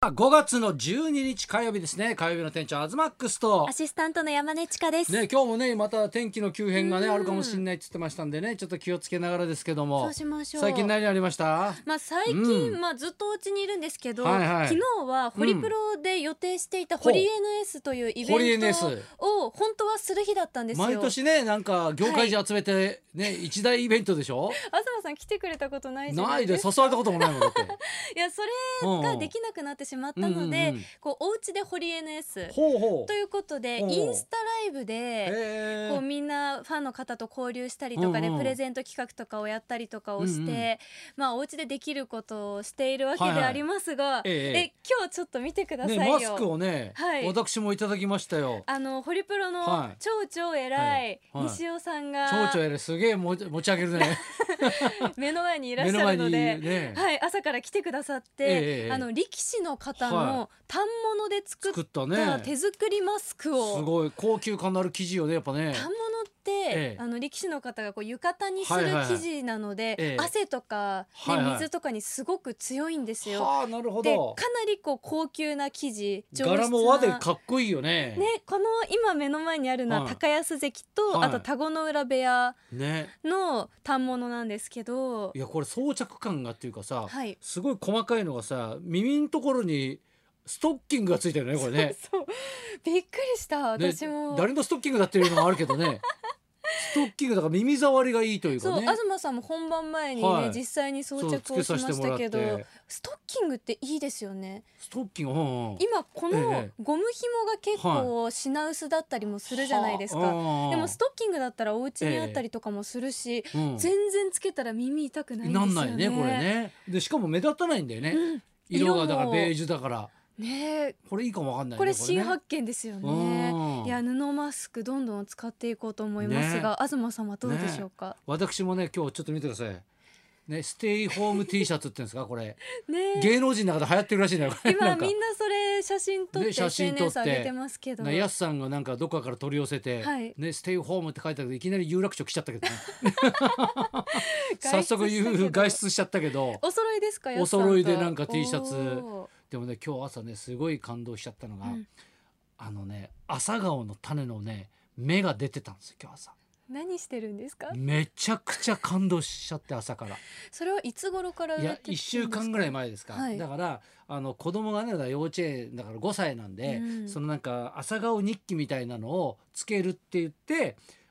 5月の12日火曜日ですね。火曜日の店長アズマックスとアシスタントの山根千佳です。 ね、今日もねまた天気の急変がねあるかもしれないって言ってましたんでね、ちょっと気をつけながらですけども。 そうしましょう。 最近何ありました？ 最近、ずっとお家にいるんですけど、 はいはい、 昨日はホリプロで予定していたホリ NS というイベントを本当はする日だったんですよ。 毎年ねなんか業界人集めてね、一大イベントでしょ。 東さん来てくれたことないじゃなないいでですか。 誘われたこともないもんだっていやそれができなくなってしまったので、こうお家でホリ NS ということでインスタライブでこうみんなファンの方と交流したりとかね、プレゼント企画とかをやったりとかをして、お家でできることをしているわけでありますが、今日ちょっと見てくださいよ、 マスクをね、私もいただきましたよ。 ホリプロの超偉い西尾さんが、 超偉いすげえ持ち上げるね目の前にいらっしゃるので、朝から来てくださって、力士の方の反物で作った手作りマスクを、 すごい高級感のある生地よねやっぱね。 反物って力士の方がこう浴衣にする生地なので、汗とか、水とかにすごく強いんですよ。 なるほど。 でかなりこう高級な生地、 柄も和でかっこいいよね。 この今目の前にあるのは高安関と、あと田子の浦部屋の反物なんですけど、 いやこれ装着感がっていうかさ、すごい細かいのがさ、耳のところにストッキングがついてるねこれね。 そうびっくりした私も、 誰のストッキングだっていうのもあるけどねストッキングだから耳障りがいいというかね。 そう東さんも本番前にね、実際に装着をしましたけど、ストッキングっていいですよね。 ストッキング、 今このゴム紐が結構品薄だったりもするじゃないですか。でもストッキングだったらお家にあったりとかもするし、全然つけたら耳痛くないんですよね。 なんないねこれね。でしかも目立たないんだよね、色がだからベージュだからね。これいいかもわかんないね。 これ新発見ですよね。いや布マスクどんどん使っていこうと思いますが、東さんはどうでしょうか？ 私もね今日ちょっと見てくださいね、ステイホーム T シャツって言うんですかこれ芸能人の中で流行ってるらしいんだよ今みんなそれ写真撮って SNS 上げてますけど、 やすさんがなんかどっかから取り寄せて、ステイホームって書いてあるけどいきなり有楽町来ちゃったけどね早速外出しちゃったけど、 お揃いですか？ お揃いでなんか T シャツでもね今日朝ねすごい感動しちゃったのが、朝顔の種のね芽が出てたんですよ今日朝。 何してるんですか？ めちゃくちゃ感動しちゃって朝から。 それはいつ頃から？ いや1週間ぐらい前ですか、だから子供がね幼稚園だから5歳なんで、そのなんか朝顔日記みたいなのをつけるって言って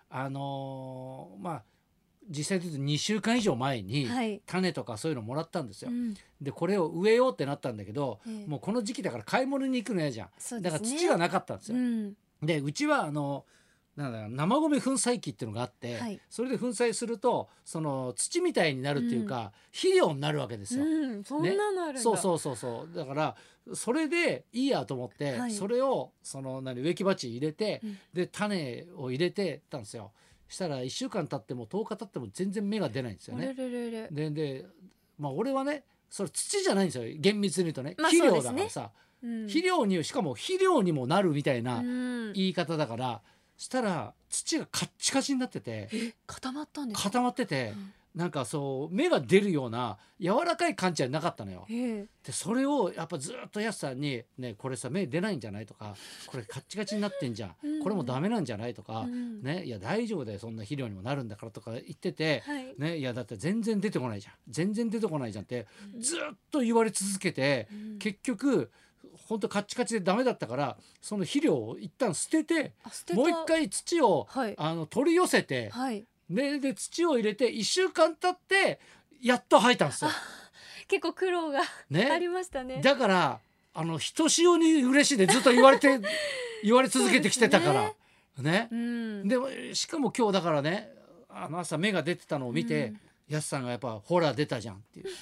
実際で言うと2週間以上前に種とかそういうのもらったんですよ、でこれを植えようってなったんだけど、もうこの時期だから買い物に行くの嫌じゃん、だから土がなかったんですよ、でうちは生米粉砕機っていうのがあって、それで粉砕するとその土みたいになるっていうか、肥料になるわけですよ、 そんなのあるんだ。 そうだからそれでいいやと思って、それを植木鉢入れて、で種を入れてたんですよ。したら1週間経っても10日経っても全然芽が出ないんですよね。で俺はねそれ土じゃないんですよ厳密に言うとね、肥料だからさ、肥料にしかも肥料にもなるみたいな言い方だから、したら土がカッチカチになってて固まったんですか？ 固まってて、なんかそう芽が出るような柔らかい感じじゃなかったのよ。でそれをやっぱずっとやすさんに「ねこれさ芽出ないんじゃない?」とか「これカッチカチになってんじゃん、これもダメなんじゃない?」とか、いや大丈夫だよそんな肥料にもなるんだからとか言ってて、いやだって全然出てこないじゃんってずっと言われ続けて、結局本当カッチカチでダメだったから、その肥料を一旦捨ててもう一回土を、取り寄せて、で土を入れて1週間経ってやっと生えたんですよ。 結構苦労が、ありましたね。 だからひとしおに嬉しいでずっと言われ続けてきてたからね。でもしかも今日だからね朝芽が出てたのを見て、やすさんがやっぱほら出たじゃんっていう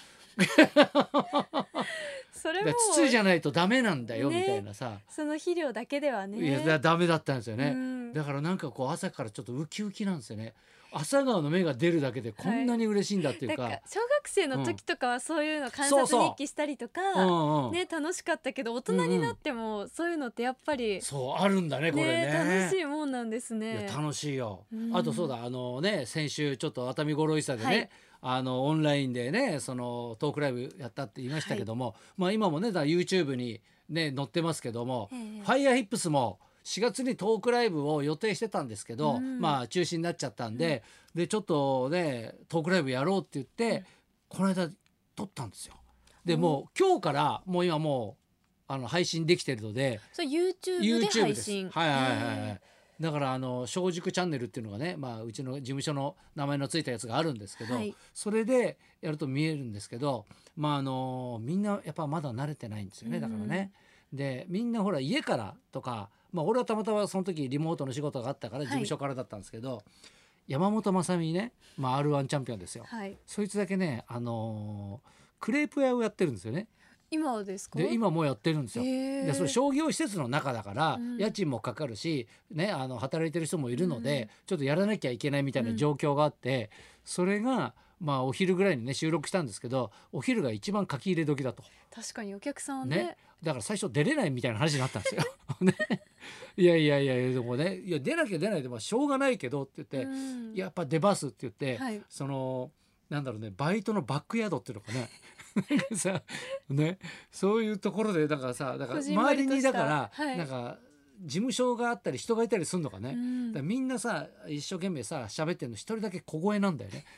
それも土じゃないとダメなんだよみたいなさ、 その肥料だけではね、 いやダメだったんですよね、だからなんかこう朝からちょっとウキウキなんですよね。朝顔の芽が出るだけでこんなに嬉しいんだっていうか、 小学生の時とかはそういうの観察日記したりとか、楽しかったけど大人になってもそういうのってやっぱりあるんだねこれね。 楽しいもんなんですね。 いや楽しいよ、あとそうだ先週ちょっと熱海五郎一茶でね、 オンラインでねそのトークライブやったって言いましたけども、まあ、今もねだから YouTube に、ね、載ってますけども、ファイヤーヒップスも4月にトークライブを予定してたんですけど、まあ中止になっちゃったんで、でちょっとねトークライブやろうって言って、この間撮ったんですよ。でもう今日からもう今もう配信できてるので、 それ YouTube で配信。 はいはいはいはい。だから小塾チャンネルっていうのがね、まあ、うちの事務所の名前のついたやつがあるんですけど、それでやると見えるんですけど、まあみんなやっぱまだ慣れてないんですよね。だからね、でみんなほら家からとか、まあ、俺はたまたまその時リモートの仕事があったから事務所からだったんですけど、山本雅美ね、まあ、R1 チャンピオンですよ、そいつだけね、クレープ屋をやってるんですよね。 今ですか？ で今もうやってるんですよ。でそれ商業施設の中だから、家賃もかかるし、ね、働いてる人もいるので、ちょっとやらなきゃいけないみたいな状況があって、それがまあお昼ぐらいにね収録したんですけど、お昼が一番書き入れ時だと。 確かにお客さんはね、 だから最初出れないみたいな話になったんですよ。ね、いやいやいやでもね、いや出なきゃ出ないでもしょうがないけどって言って、やっぱ出ますって言って、そのなんだろうね、バイトのバックヤードっていうのかねさね、そういうところでだからさ、だから周りにだから、なんか事務所があったり人がいたりするのかね、だからみんなさ一生懸命さ喋ってるの一人だけ小声なんだよね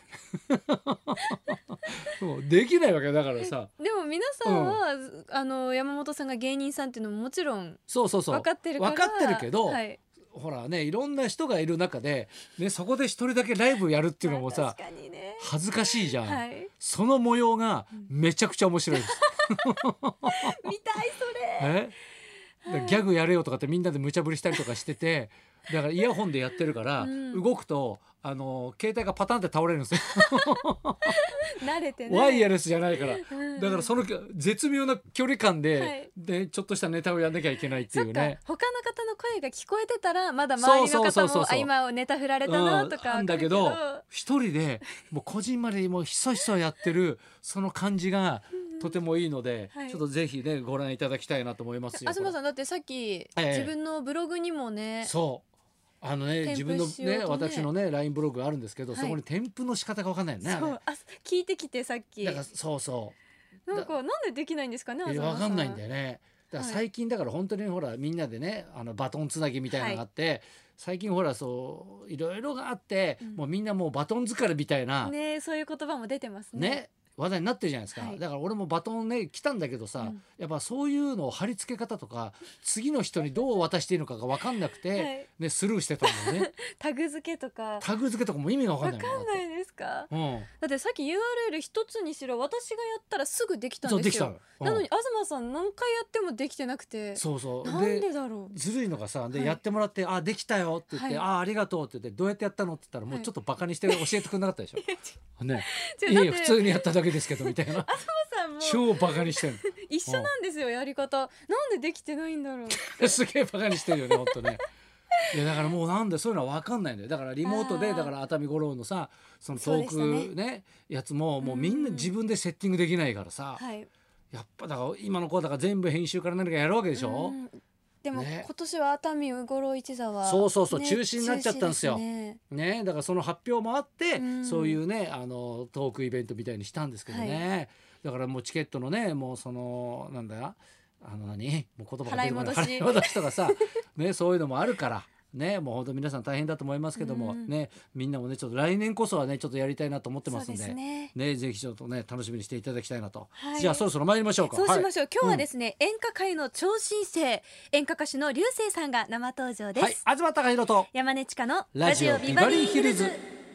もうできないわけだからさ。 でも皆さんは、山本さんが芸人さんっていうのももちろん分かってるから、 分かってるけど、ほらね、いろんな人がいる中で、ね、そこで一人だけライブやるっていうのもさ、恥ずかしいじゃん、その模様がめちゃくちゃ面白いです見たいそれ。 ギャグやれよとかってみんなで無茶ぶりしたりとかしてて、だからイヤホンでやってるから、動くと携帯がパタンって倒れるんですよ慣れてね、 ワイヤレスじゃないから、だからその絶妙な距離感で、でちょっとしたネタをやんなきゃいけないっていうね。 他の方の声が聞こえてたらまだ周りの方も今ネタ振られたなとかなんだけど、一人でもうこじんまりもうひそひそやってるその感じがとてもいいので、ちょっとぜひねご覧いただきたいなと思いますよ。 東さんだってさっき、自分のブログにもね、 自分のね私のね LINE ブログがあるんですけど、そこに添付の仕方が分かんないよね。 聞いてきてさっき。 だからそうなんでできないんですかね。 分かんないんだよね。だから最近だから本当にほらみんなでねバトンつなぎみたいなのがあって、最近ほらそういろいろがあって、もうみんなもうバトン疲れみたいなね、そういう言葉も出てますね。 話題になってるじゃないですか、だから俺もバトンね来たんだけどさ、やっぱそういうのを貼り付け方とか次の人にどう渡していいのかが分かんなくて、ね、スルーしてたんだよねタグ付けとかも意味が分かんない。 分かんないですか、だってさっき URL 一つにしろ私がやったらすぐできたんですよ。なのに東さん何回やってもできてなくて、なんでだろう。 ずるいのがさ、でやってもらってできたよって言って、ありがとうって言ってどうやってやったのって言ったらもうちょっとバカにして教えてくれなかったでしょね、普通にやっただけですけどみたいな東さんも超バカにしてる一緒なんですよ、やり方。なんでできてないんだろうすげえバカにしてるよね、ほんとね。いやだからもうなんでそういうのは分かんないんだよ。だからリモートでだから熱海五郎のさそのトークねやつももうみんな自分でセッティングできないからさ、やっぱだから今の子はだから全部編集から何かやるわけでしょ。 でも今年は熱海五郎一座はそう中止になっちゃったんですよ。ね、だからその発表もあって、そういうねトークイベントみたいにしたんですけどね、だからもうチケットのねもうそのなんだもう言葉が出てこない払い戻しとかさね、そういうのもあるからね、もう本当皆さん大変だと思いますけども、ね、みんなもねちょっと来年こそはねちょっとやりたいなと思ってますんで、ねぜひちょっとね楽しみにしていただきたいなと、じゃあそろそろ参りましょうか。 そうしましょう。今日はですね、演歌界の超新星演歌歌手の竜星さんが生登場です。 東貴博と山根千佳のラジオビバリーヒルズ。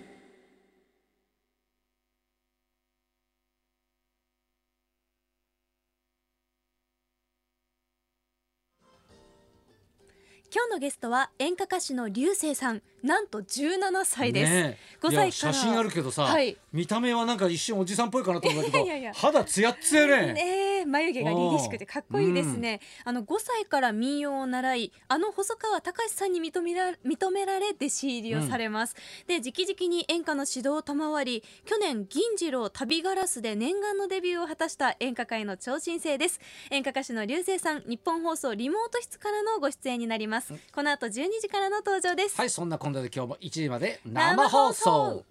今日のゲストは演歌歌手の竜星さん、なんと17歳です、5歳から。 写真あるけどさ、見た目はなんか一瞬おじさんっぽいかなと思うんだけど肌ツヤッツヤね。 眉毛が凛々しくてかっこいいですね。5歳から民謡を習い、細川隆さんに認められ弟子入りをされます、で直々に演歌の指導を賜り、去年銀次郎旅ガラスで念願のデビューを果たした演歌界の超新星です。演歌歌手の竜星さん、日本放送リモート室からのご出演になります。この後12時からの登場です。 はい、そんな今度で今日も1時まで生放送。